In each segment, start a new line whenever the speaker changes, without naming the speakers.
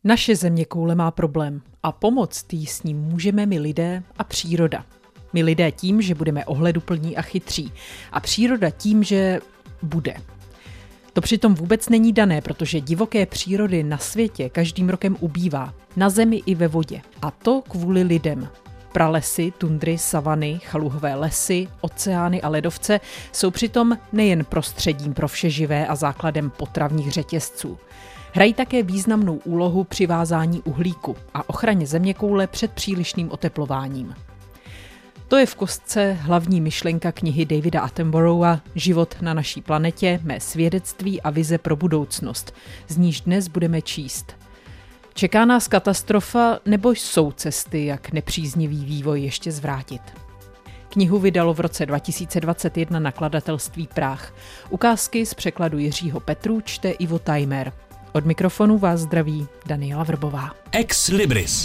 Naše zeměkoule má problém a pomoct jí s ním můžeme my lidé a příroda. My lidé tím, že budeme ohleduplní a chytří a příroda tím, že bude. To přitom vůbec není dané, protože divoké přírody na světě každým rokem ubývá, na zemi i ve vodě. A to kvůli lidem. Pralesy, tundry, savany, chaluhové lesy, oceány a ledovce jsou přitom nejen prostředím pro vše živé a základem potravních řetězců. Hrají také významnou úlohu při vázání uhlíku a ochraně zeměkoule před přílišným oteplováním. To je v kostce hlavní myšlenka knihy Davida Attenborougha Život na naší planetě, mé svědectví a vize pro budoucnost, z níž dnes budeme číst. Čeká nás katastrofa, nebo jsou cesty, jak nepříznivý vývoj ještě zvrátit? Knihu vydalo v roce 2021 nakladatelství Práh. Ukázky z překladu Jiřího Petru čte Ivo Tajmer. Od mikrofonu vás zdraví Daniela Vrbová.
Ex Libris.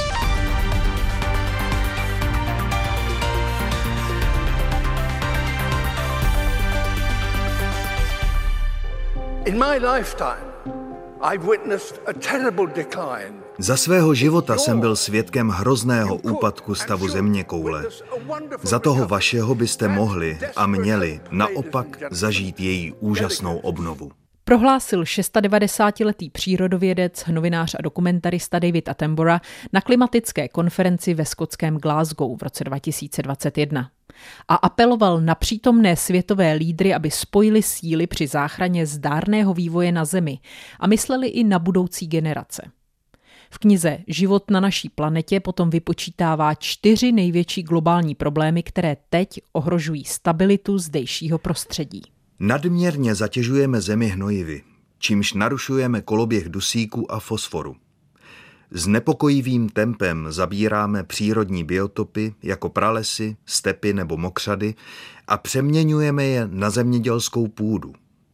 In my lifetime, I've witnessed a terrible decline.
Za svého života jsem byl svědkem hrozného úpadku stavu zeměkoule. Za toho vašeho byste mohli a měli naopak zažít její úžasnou obnovu.
Prohlásil 96letý přírodovědec, novinář a dokumentarista David Attenborough na klimatické konferenci ve skotském Glasgow v roce 2021. A apeloval na přítomné světové lídry, aby spojili síly při záchraně zdárného vývoje na Zemi a mysleli i na budoucí generace. V knize Život na naší planetě potom vypočítává 4 největší globální problémy, které teď ohrožují stabilitu zdejšího prostředí.
Nadměrně zatěžujeme Zemi hnojivy, čímž narušujeme koloběh dusíku a fosforu. Znepokojivým tempem zabíráme přírodní biotopy jako pralesy, stepy nebo mokřady a přeměňujeme je na zemědělskou půdu.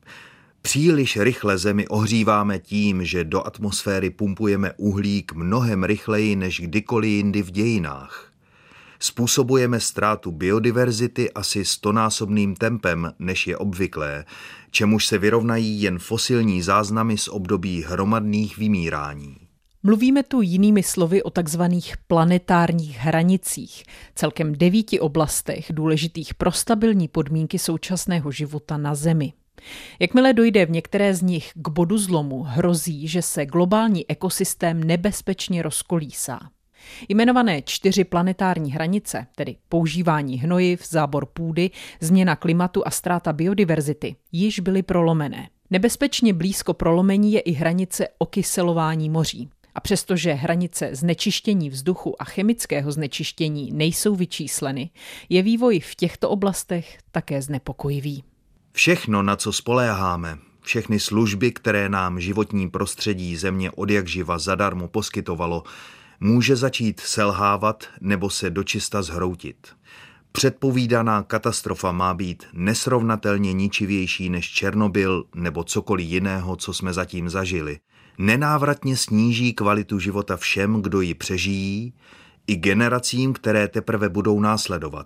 Příliš rychle Zemi ohříváme tím, že do atmosféry pumpujeme uhlík mnohem rychleji než kdykoliv jindy v dějinách. Způsobujeme ztrátu biodiverzity asi 100násobným tempem, než je obvyklé, čemuž se vyrovnají jen fosilní záznamy z období hromadných vymírání.
Mluvíme tu jinými slovy o takzvaných planetárních hranicích, celkem 9 oblastech důležitých pro stabilní podmínky současného života na Zemi. Jakmile dojde v některé z nich k bodu zlomu, hrozí, že se globální ekosystém nebezpečně rozkolísá. Jmenované 4 planetární hranice, tedy používání hnojiv, zábor půdy, změna klimatu a ztráta biodiverzity, již byly prolomené. Nebezpečně blízko prolomení je i hranice okyselování moří. A přestože hranice znečištění vzduchu a chemického znečištění nejsou vyčísleny, je vývoj v těchto oblastech také znepokojivý.
Všechno, na co spoléháme, všechny služby, které nám životní prostředí Země odjakživa zadarmo poskytovalo, může začít selhávat nebo se dočista zhroutit. Předpovídaná katastrofa má být nesrovnatelně ničivější než Černobyl nebo cokoliv jiného, co jsme zatím zažili. Nenávratně sníží kvalitu života všem, kdo ji přežijí, i generacím, které teprve budou následovat.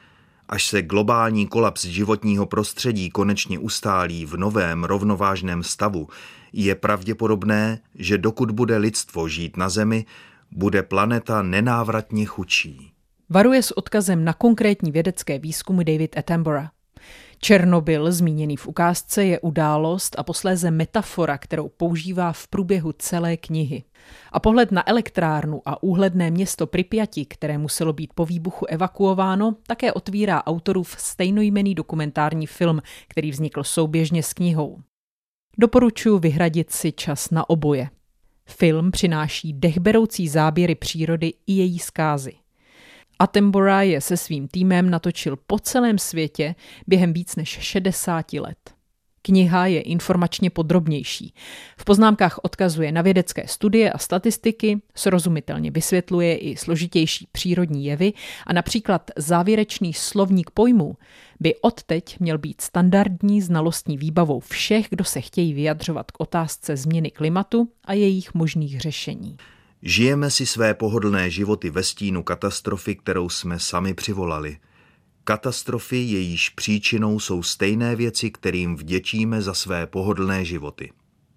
Až se globální kolaps životního prostředí konečně ustálí v novém rovnovážném stavu, je pravděpodobné, že dokud bude lidstvo žít na Zemi, bude planeta nenávratně chudší.
Varuje s odkazem na konkrétní vědecké výzkumy David Attenborough. Černobyl, zmíněný v ukázce, je událost a posléze metafora, kterou používá v průběhu celé knihy. A pohled na elektrárnu a úhledné město Pripyati, které muselo být po výbuchu evakuováno, také otvírá autorův stejnojmenný dokumentární film, který vznikl souběžně s knihou. Doporučuji vyhradit si čas na oboje. Film přináší dechberoucí záběry přírody i její zkázy. Attenborough je se svým týmem natočil po celém světě během víc než 60 let. Kniha je informačně podrobnější. V poznámkách odkazuje na vědecké studie a statistiky, srozumitelně vysvětluje i složitější přírodní jevy a například závěrečný slovník pojmů by odteď měl být standardní znalostní výbavou všech, kdo se chtějí vyjadřovat k otázce změny klimatu a jejich možných řešení.
Žijeme si své pohodlné životy ve stínu katastrofy, kterou jsme sami přivolali. Katastrofy, jejíž příčinou jsou stejné věci, kterým vděčíme za své pohodlné životy.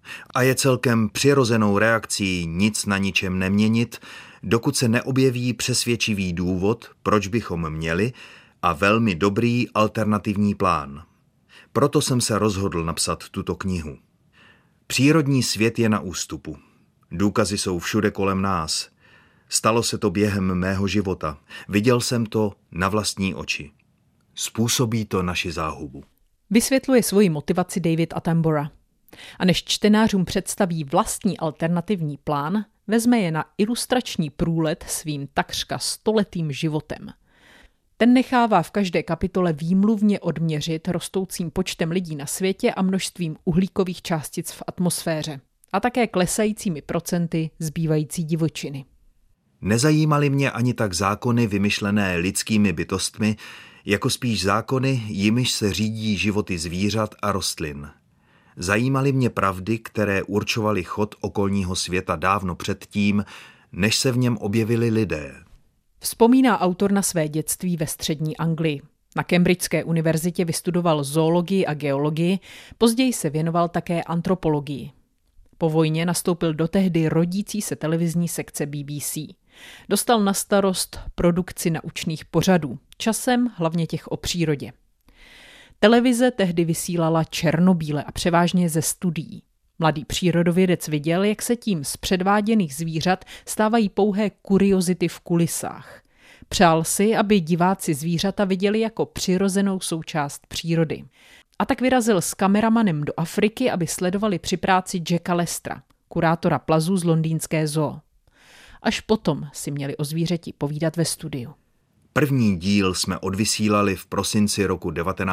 A je celkem přirozenou reakcí nic na ničem neměnit, dokud se neobjeví přesvědčivý důvod, proč bychom měli, a velmi dobrý alternativní plán. Proto jsem se rozhodl napsat tuto knihu. Přírodní svět je na ústupu. Důkazy jsou všude kolem nás. Stalo se to během mého života. Viděl jsem to na vlastní oči. Způsobí to naši záhubu.
Vysvětluje svoji motivaci David Attenborough. A než čtenářům představí vlastní alternativní plán, vezme je na ilustrační průlet svým takřka 100letým životem. Ten nechává v každé kapitole výmluvně odměřit rostoucím počtem lidí na světě a množstvím uhlíkových částic v atmosféře a také klesajícími procenty zbývající divočiny.
Nezajímaly mě ani tak zákony vymyšlené lidskými bytostmi, jako spíš zákony, jimiž se řídí životy zvířat a rostlin. Zajímaly mě pravdy, které určovaly chod okolního světa dávno předtím, než se v něm objevili lidé.
Vzpomíná autor na své dětství ve střední Anglii. Na Cambridgeské univerzitě vystudoval zoologii a geologii, později se věnoval také antropologii. Po vojně nastoupil do tehdy rodící se televizní sekce BBC. Dostal na starost produkci naučných pořadů, časem hlavně těch o přírodě. Televize tehdy vysílala černobíle a převážně ze studií. Mladý přírodovědec viděl, jak se tím z předváděných zvířat stávají pouhé kuriozity v kulisách. Přál si, aby diváci zvířata viděli jako přirozenou součást přírody. A tak vyrazil s kameramanem do Afriky, aby sledovali při práci Jacka Lestera, kurátora plazů z londýnské zoo. Až potom si měli o zvířeti povídat ve studiu.
První díl jsme odvysílali v prosinci roku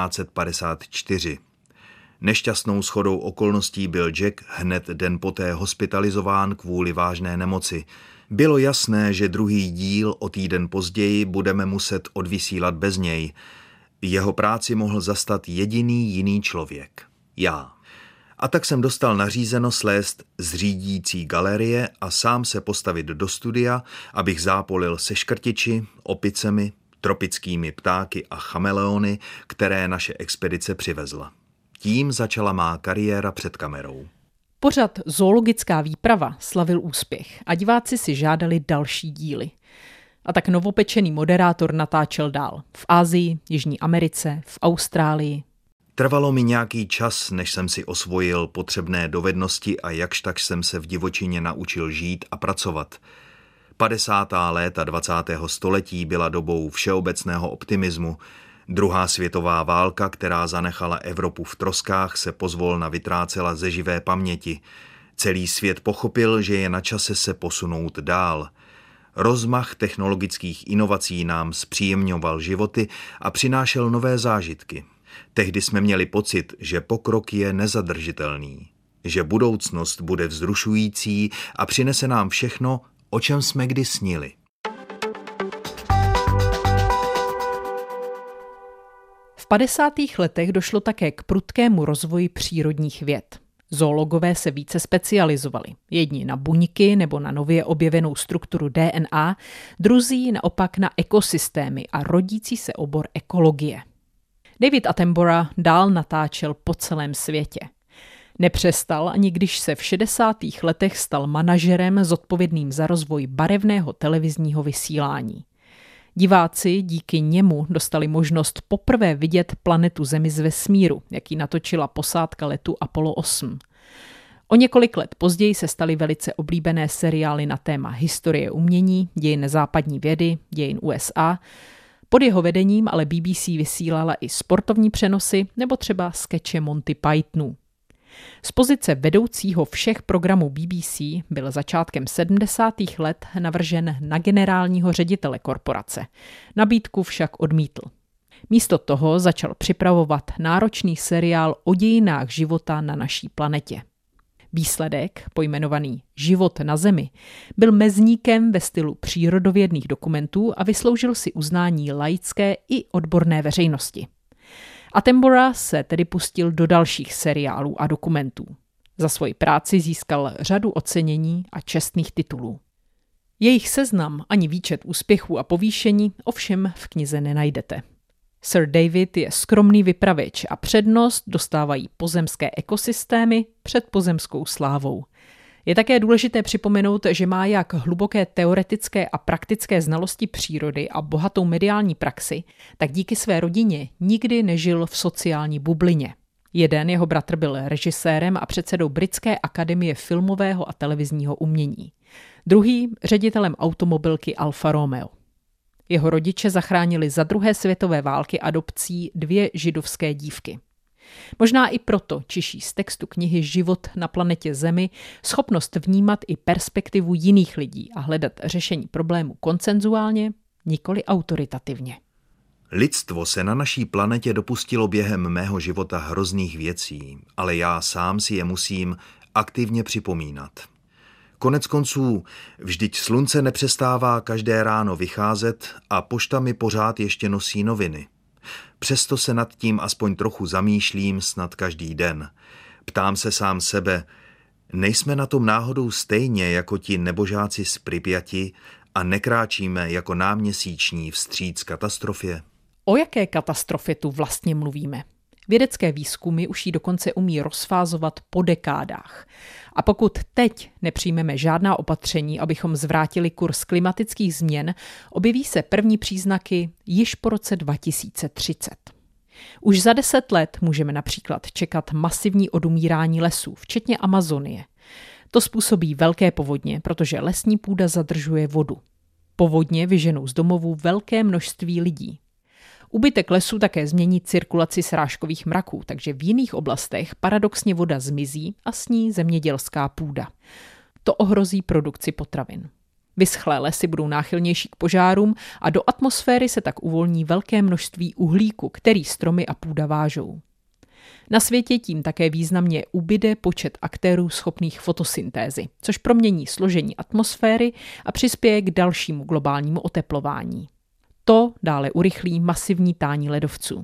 1954. Nešťastnou shodou okolností byl Jack hned den poté hospitalizován kvůli vážné nemoci. Bylo jasné, že druhý díl o týden později budeme muset odvysílat bez něj. Jeho práci mohl zastat jediný jiný člověk. Já. A tak jsem dostal nařízeno slézt z řídící galerie a sám se postavit do studia, abych zápolil se škrtiči, opicemi, tropickými ptáky a chameleony, které naše expedice přivezla. Tím začala má kariéra před kamerou.
Pořad Zoologická výprava slavil úspěch a diváci si žádali další díly. A tak novopečený moderátor natáčel dál. V Asii, Jižní Americe, v Austrálii.
Trvalo mi nějaký čas, než jsem si osvojil potřebné dovednosti a jakž tak jsem se v divočině naučil žít a pracovat. 50. léta 20. století byla dobou všeobecného optimismu. Druhá světová válka, která zanechala Evropu v troskách, se pozvolna vytrácela ze živé paměti. Celý svět pochopil, že je na čase se posunout dál. Rozmach technologických inovací nám zpříjemňoval životy a přinášel nové zážitky. Tehdy jsme měli pocit, že pokrok je nezadržitelný, že budoucnost bude vzrušující a přinese nám všechno, o čem jsme kdy snili.
V 50. letech došlo také k prudkému rozvoji přírodních věd. Zoologové se více specializovali. Jedni na buňky nebo na nově objevenou strukturu DNA, druzí naopak na ekosystémy a rodící se obor ekologie. David Attenborough dál natáčel po celém světě. Nepřestal, ani když se v 60. letech stal manažerem zodpovědným za rozvoj barevného televizního vysílání. Diváci díky němu dostali možnost poprvé vidět planetu Zemi z vesmíru, jaký natočila posádka letu Apollo 8. O několik let později se staly velice oblíbené seriály na téma historie umění, dějin západní vědy, dějin USA. Pod jeho vedením ale BBC vysílala i sportovní přenosy nebo třeba skeče Monty Pythonů. Z pozice vedoucího všech programů BBC byl začátkem 70. let navržen na generálního ředitele korporace. Nabídku však odmítl. Místo toho začal připravovat náročný seriál o dějinách života na naší planetě. Výsledek, pojmenovaný Život na Zemi, byl mezníkem ve stylu přírodovědných dokumentů a vysloužil si uznání laické i odborné veřejnosti. Attenborough se tedy pustil do dalších seriálů a dokumentů. Za svoji práci získal řadu ocenění a čestných titulů. Jejich seznam ani výčet úspěchů a povýšení ovšem v knize nenajdete. Sir David je skromný vypravěč a přednost dostávají pozemské ekosystémy před pozemskou slávou. Je také důležité připomenout, že má jak hluboké teoretické a praktické znalosti přírody a bohatou mediální praxi, tak díky své rodině nikdy nežil v sociální bublině. Jeden jeho bratr byl režisérem a předsedou Britské akademie filmového a televizního umění. Druhý ředitelem automobilky Alfa Romeo. Jeho rodiče zachránili za druhé světové války adopcí 2 židovské dívky. Možná i proto čiší z textu knihy Život na planetě Zemi schopnost vnímat i perspektivu jiných lidí a hledat řešení problému konsenzuálně, nikoli autoritativně.
Lidstvo se na naší planetě dopustilo během mého života hrozných věcí, ale já sám si je musím aktivně připomínat. Koneckonců, vždyť slunce nepřestává každé ráno vycházet a pošta mi pořád ještě nosí noviny. Přesto se nad tím aspoň trochu zamýšlím snad každý den. Ptám se sám sebe, nejsme na tom náhodou stejně jako ti nebožáci z Pripyati a nekráčíme jako náměsíční vstříc katastrofě?
O jaké katastrofě tu vlastně mluvíme? Vědecké výzkumy už ji dokonce umí rozfázovat po dekádách. A pokud teď nepřijmeme žádná opatření, abychom zvrátili kurz klimatických změn, objeví se první příznaky již po roce 2030. Už za 10 let můžeme například čekat masivní odumírání lesů, včetně Amazonie. To způsobí velké povodně, protože lesní půda zadržuje vodu. Povodně vyženou z domovů velké množství lidí. Úbytek lesů také změní cirkulaci srážkových mraků, takže v jiných oblastech paradoxně voda zmizí a s ní zemědělská půda. To ohrozí produkci potravin. Vyschlé lesy budou náchylnější k požárům a do atmosféry se tak uvolní velké množství uhlíku, který stromy a půda vážou. Na světě tím také významně ubyde počet aktérů schopných fotosyntézy, což promění složení atmosféry a přispěje k dalšímu globálnímu oteplování. To dále urychlí masivní tání ledovců.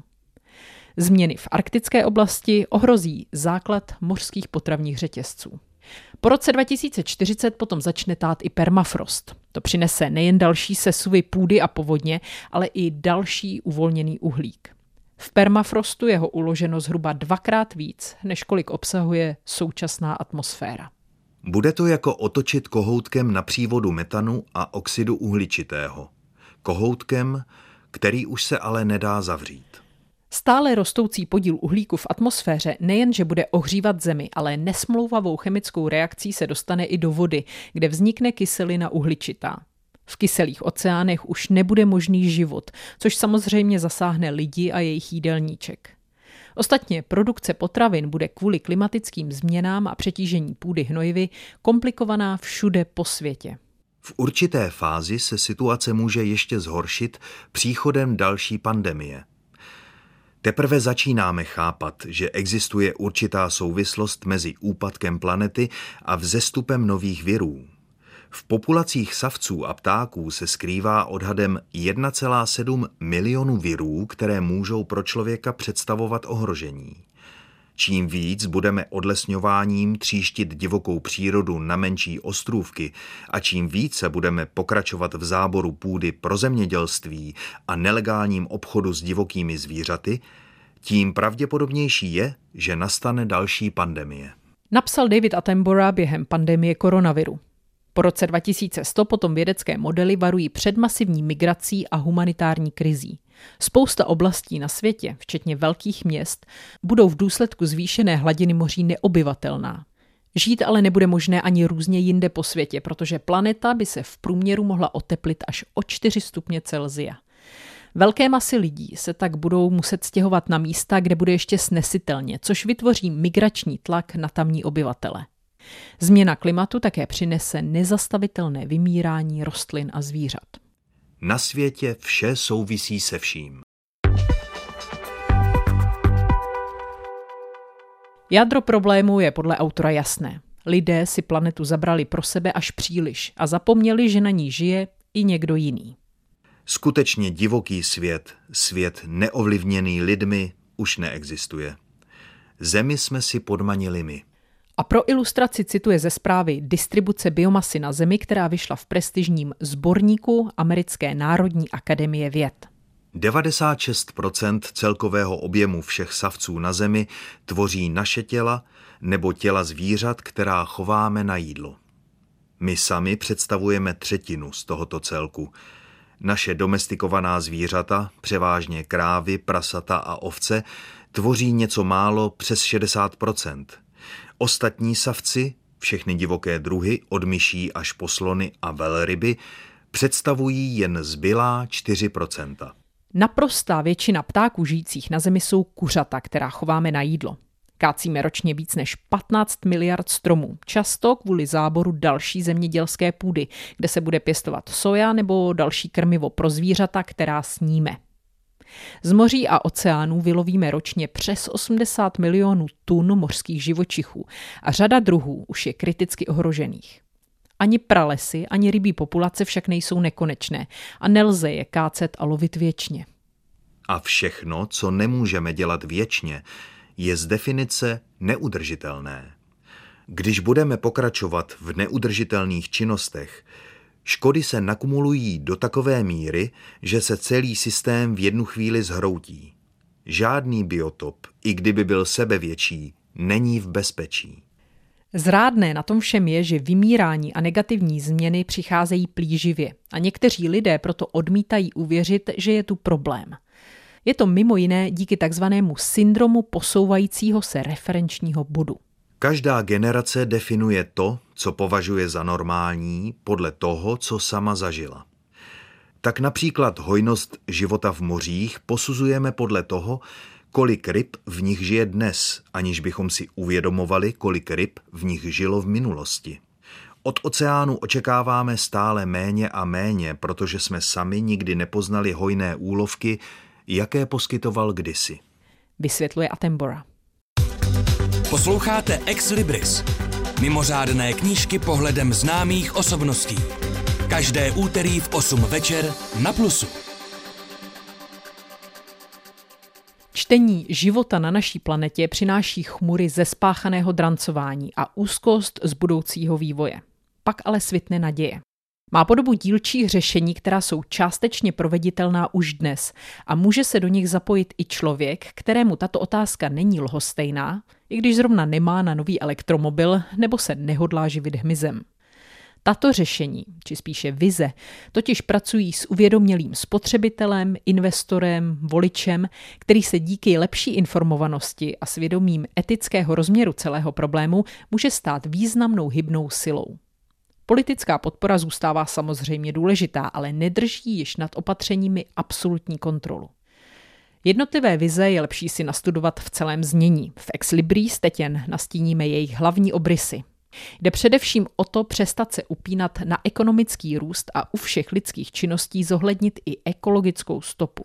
Změny v arktické oblasti ohrozí základ mořských potravních řetězců. Po roce 2040 potom začne tát i permafrost. To přinese nejen další sesuvy půdy a povodně, ale i další uvolněný uhlík. V permafrostu je ho uloženo zhruba 2x víc, než kolik obsahuje současná atmosféra.
Bude to jako otočit kohoutkem na přívodu metanu a oxidu uhličitého. Kohoutkem, který už se ale nedá zavřít.
Stále rostoucí podíl uhlíku v atmosféře nejenže bude ohřívat Zemi, ale nesmlouvavou chemickou reakcí se dostane i do vody, kde vznikne kyselina uhličitá. V kyselých oceánech už nebude možný život, což samozřejmě zasáhne lidi a jejich jídelníček. Ostatně produkce potravin bude kvůli klimatickým změnám a přetížení půdy hnojivy komplikovaná všude po světě.
V určité fázi se situace může ještě zhoršit příchodem další pandemie. Teprve začínáme chápat, že existuje určitá souvislost mezi úpadkem planety a vzestupem nových virů. V populacích savců a ptáků se skrývá odhadem 1,7 milionu virů, které můžou pro člověka představovat ohrožení. Čím víc budeme odlesňováním tříštit divokou přírodu na menší ostrůvky a čím více budeme pokračovat v záboru půdy pro zemědělství a nelegálním obchodu s divokými zvířaty, tím pravděpodobnější je, že nastane další pandemie.
Napsal David Attenborough během pandemie koronaviru. Po roce 2100 potom vědecké modely varují před masivní migrací a humanitární krizí. Spousta oblastí na světě, včetně velkých měst, budou v důsledku zvýšené hladiny moří neobyvatelná. Žít ale nebude možné ani různě jinde po světě, protože planeta by se v průměru mohla oteplit až o 4 stupně Celsia. Velké masy lidí se tak budou muset stěhovat na místa, kde bude ještě snesitelně, což vytvoří migrační tlak na tamní obyvatele. Změna klimatu také přinese nezastavitelné vymírání rostlin a zvířat.
Na světě vše souvisí se vším.
Jádro problému je podle autora jasné. Lidé si planetu zabrali pro sebe až příliš a zapomněli, že na ní žije i někdo jiný.
Skutečně divoký svět, svět neovlivněný lidmi, už neexistuje. Zemi jsme si podmanili my.
A pro ilustraci cituje ze zprávy Distribuce biomasy na Zemi, která vyšla v prestižním sborníku Americké národní akademie věd.
96% celkového objemu všech savců na Zemi tvoří naše těla nebo těla zvířat, která chováme na jídlo. My sami představujeme 1/3 z tohoto celku. Naše domestikovaná zvířata, převážně krávy, prasata a ovce, tvoří něco málo přes 60%. Ostatní savci, všechny divoké druhy, od myší až po slony a velryby, představují jen zbylá 4%.
Naprostá většina ptáků žijících na Zemi jsou kuřata, která chováme na jídlo. Kácíme ročně víc než 15 miliard stromů, často kvůli záboru další zemědělské půdy, kde se bude pěstovat soja nebo další krmivo pro zvířata, která sníme. Z moří a oceánů vylovíme ročně přes 80 milionů tun mořských živočichů a řada druhů už je kriticky ohrožených. Ani pralesy, ani rybí populace však nejsou nekonečné a nelze je kácet a lovit věčně.
A všechno, co nemůžeme dělat věčně, je z definice neudržitelné. Když budeme pokračovat v neudržitelných činnostech, škody se nakumulují do takové míry, že se celý systém v jednu chvíli zhroutí. Žádný biotop, i kdyby byl sebevětší, není v bezpečí.
Zrádné na tom všem je, že vymírání a negativní změny přicházejí plíživě a někteří lidé proto odmítají uvěřit, že je tu problém. Je to mimo jiné díky takzvanému syndromu posouvajícího se referenčního bodu.
Každá generace definuje to, co považuje za normální, podle toho, co sama zažila. Tak například hojnost života v mořích posuzujeme podle toho, kolik ryb v nich žije dnes, aniž bychom si uvědomovali, kolik ryb v nich žilo v minulosti. Od oceánu očekáváme stále méně a méně, protože jsme sami nikdy nepoznali hojné úlovky, jaké poskytoval kdysi.
Vysvětluje Attenborough.
Posloucháte Ex Libris. Mimořádné knížky pohledem známých osobností. Každé úterý v 8 večer na Plusu.
Čtení života na naší planetě přináší chmury ze spáchaného drancování a úzkost z budoucího vývoje. Pak ale svitne naděje. Má podobu dílčích řešení, která jsou částečně proveditelná už dnes a může se do nich zapojit i člověk, kterému tato otázka není lhostejná, i když zrovna nemá na nový elektromobil nebo se nehodlá živit hmyzem. Tato řešení, či spíše vize, totiž pracují s uvědomělým spotřebitelem, investorem, voličem, který se díky lepší informovanosti a svědomím etického rozměru celého problému může stát významnou hybnou silou. Politická podpora zůstává samozřejmě důležitá, ale nedrží již nad opatřeními absolutní kontrolu. Jednotlivé vize je lepší si nastudovat v celém znění. V Ex Libris teď jen nastíníme jejich hlavní obrysy. Jde především o to přestat se upínat na ekonomický růst a u všech lidských činností zohlednit i ekologickou stopu.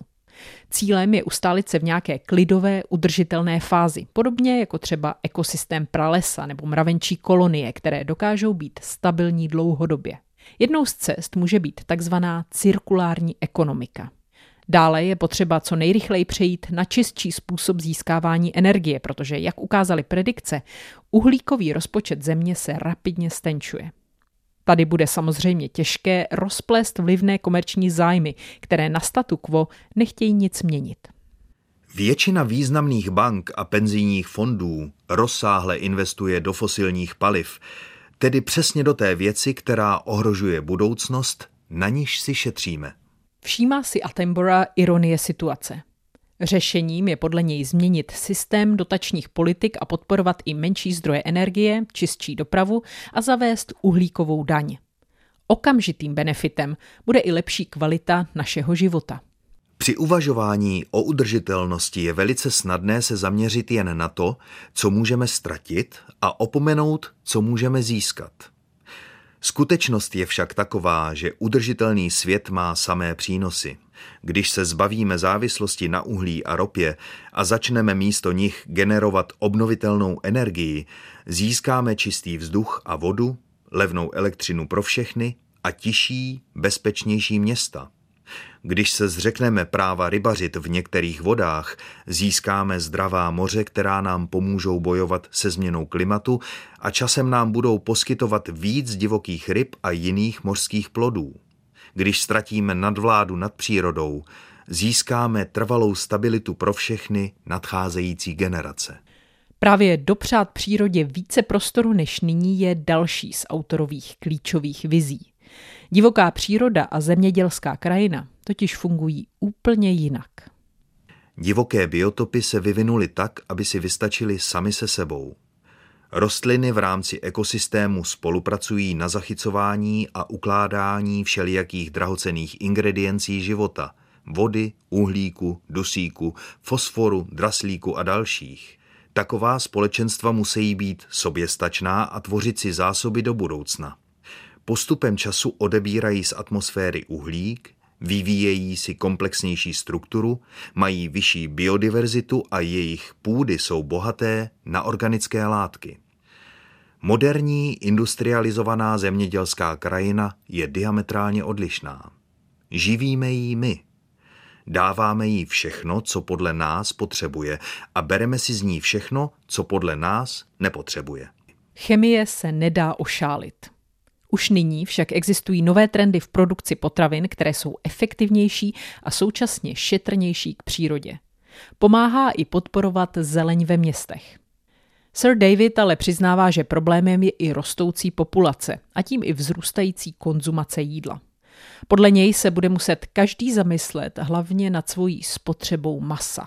Cílem je ustálit se v nějaké klidové, udržitelné fázi, podobně jako třeba ekosystém pralesa nebo mravenčí kolonie, které dokážou být stabilní dlouhodobě. Jednou z cest může být takzvaná cirkulární ekonomika. Dále je potřeba co nejrychleji přejít na čistší způsob získávání energie, protože, jak ukázaly predikce, uhlíkový rozpočet země se rapidně stenčuje. Tady bude samozřejmě těžké rozplést vlivné komerční zájmy, které na statu quo nechtějí nic měnit.
Většina významných bank a penzijních fondů rozsáhle investuje do fosilních paliv, tedy přesně do té věci, která ohrožuje budoucnost, na níž si šetříme.
Všímá si Attenborough ironie situace. Řešením je podle něj změnit systém dotačních politik a podporovat i menší zdroje energie, čistší dopravu a zavést uhlíkovou daň. Okamžitým benefitem bude i lepší kvalita našeho života.
Při uvažování o udržitelnosti je velice snadné se zaměřit jen na to, co můžeme ztratit, a opomenout, co můžeme získat. Skutečnost je však taková, že udržitelný svět má samé přínosy. Když se zbavíme závislosti na uhlí a ropě a začneme místo nich generovat obnovitelnou energii, získáme čistý vzduch a vodu, levnou elektřinu pro všechny a tišší, bezpečnější města. Když se zřekneme práva rybařit v některých vodách, získáme zdravá moře, která nám pomůžou bojovat se změnou klimatu a časem nám budou poskytovat víc divokých ryb a jiných mořských plodů. Když ztratíme nadvládu nad přírodou, získáme trvalou stabilitu pro všechny nadcházející generace.
Právě dopřát přírodě více prostoru než nyní je další z autorových klíčových vizí. Divoká příroda a zemědělská krajina totiž fungují úplně jinak.
Divoké biotopy se vyvinuly tak, aby si vystačily sami se sebou. Rostliny v rámci ekosystému spolupracují na zachycování a ukládání všelijakých drahocenných ingrediencí života, vody, uhlíku, dusíku, fosforu, draslíku a dalších. Taková společenstva musí být soběstačná a tvořit si zásoby do budoucna. Postupem času odebírají z atmosféry uhlík, vyvíjejí si komplexnější strukturu, mají vyšší biodiverzitu a jejich půdy jsou bohaté na organické látky. Moderní industrializovaná zemědělská krajina je diametrálně odlišná. Živíme ji my. Dáváme jí všechno, co podle nás potřebuje, a bereme si z ní všechno, co podle nás nepotřebuje.
Chemie se nedá ošálit. Už nyní však existují nové trendy v produkci potravin, které jsou efektivnější a současně šetrnější k přírodě. Pomáhá i podporovat zeleň ve městech. Sir David ale přiznává, že problémem je i rostoucí populace a tím i vzrůstající konzumace jídla. Podle něj se bude muset každý zamyslet hlavně nad svojí spotřebou masa.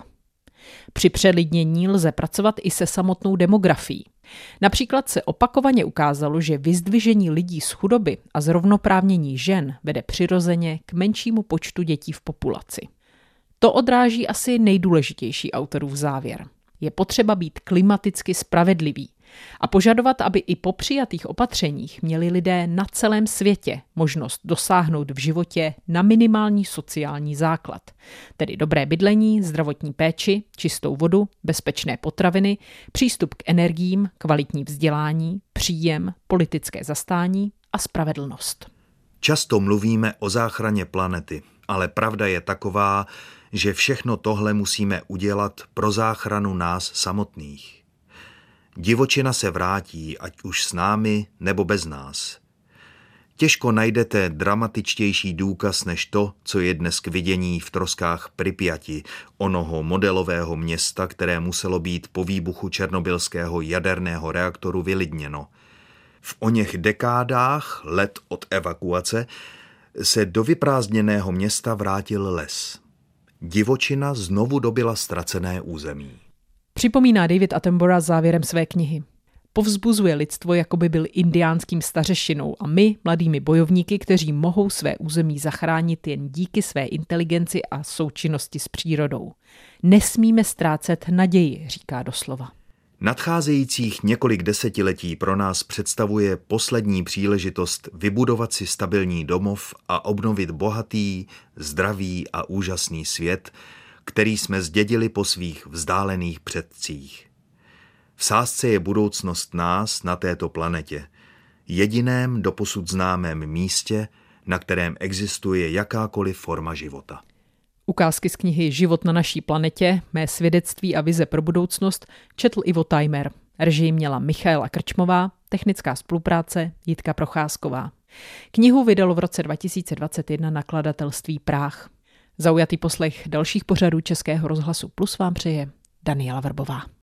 Při přelidnění lze pracovat i se samotnou demografií. Například se opakovaně ukázalo, že vyzdvižení lidí z chudoby a zrovnoprávnění žen vede přirozeně k menšímu počtu dětí v populaci. To odráží asi nejdůležitější autorův závěr. Je potřeba být klimaticky spravedlivý a požadovat, aby i po přijatých opatřeních měli lidé na celém světě možnost dosáhnout v životě na minimální sociální základ, tedy dobré bydlení, zdravotní péči, čistou vodu, bezpečné potraviny, přístup k energiím, kvalitní vzdělání, příjem, politické zastání a spravedlnost.
Často mluvíme o záchraně planety, ale pravda je taková, že všechno tohle musíme udělat pro záchranu nás samotných. Divočina se vrátí, ať už s námi nebo bez nás. Těžko najdete dramatičtější důkaz než to, co je dnes k vidění v troskách Pripjati, onoho modelového města, které muselo být po výbuchu černobylského jaderného reaktoru vylidněno. V oněch dekádách let od evakuace se do vyprázdněného města vrátil les. Divočina znovu dobyla ztracené území.
Připomíná David Attenborough závěrem své knihy. Povzbuzuje lidstvo, jako by byl indiánským stařešinou a my, mladými bojovníky, kteří mohou své území zachránit jen díky své inteligenci a součinnosti s přírodou. Nesmíme ztrácet naději, říká doslova.
Nadcházejících několik desetiletí pro nás představuje poslední příležitost vybudovat si stabilní domov a obnovit bohatý, zdravý a úžasný svět, který jsme zdědili po svých vzdálených předcích. V sázce je budoucnost nás na této planetě, jediném doposud známém místě, na kterém existuje jakákoliv forma života.
Ukázky z knihy Život na naší planetě, mé svědectví a vize pro budoucnost četl Ivo Tajmer. Režii měla Michaela Krčmová, technická spolupráce Jitka Procházková. Knihu vydalo v roce 2021 nakladatelství Práh. Zaujatý poslech dalších pořadů Českého rozhlasu Plus vám přeje Daniela Vrbová.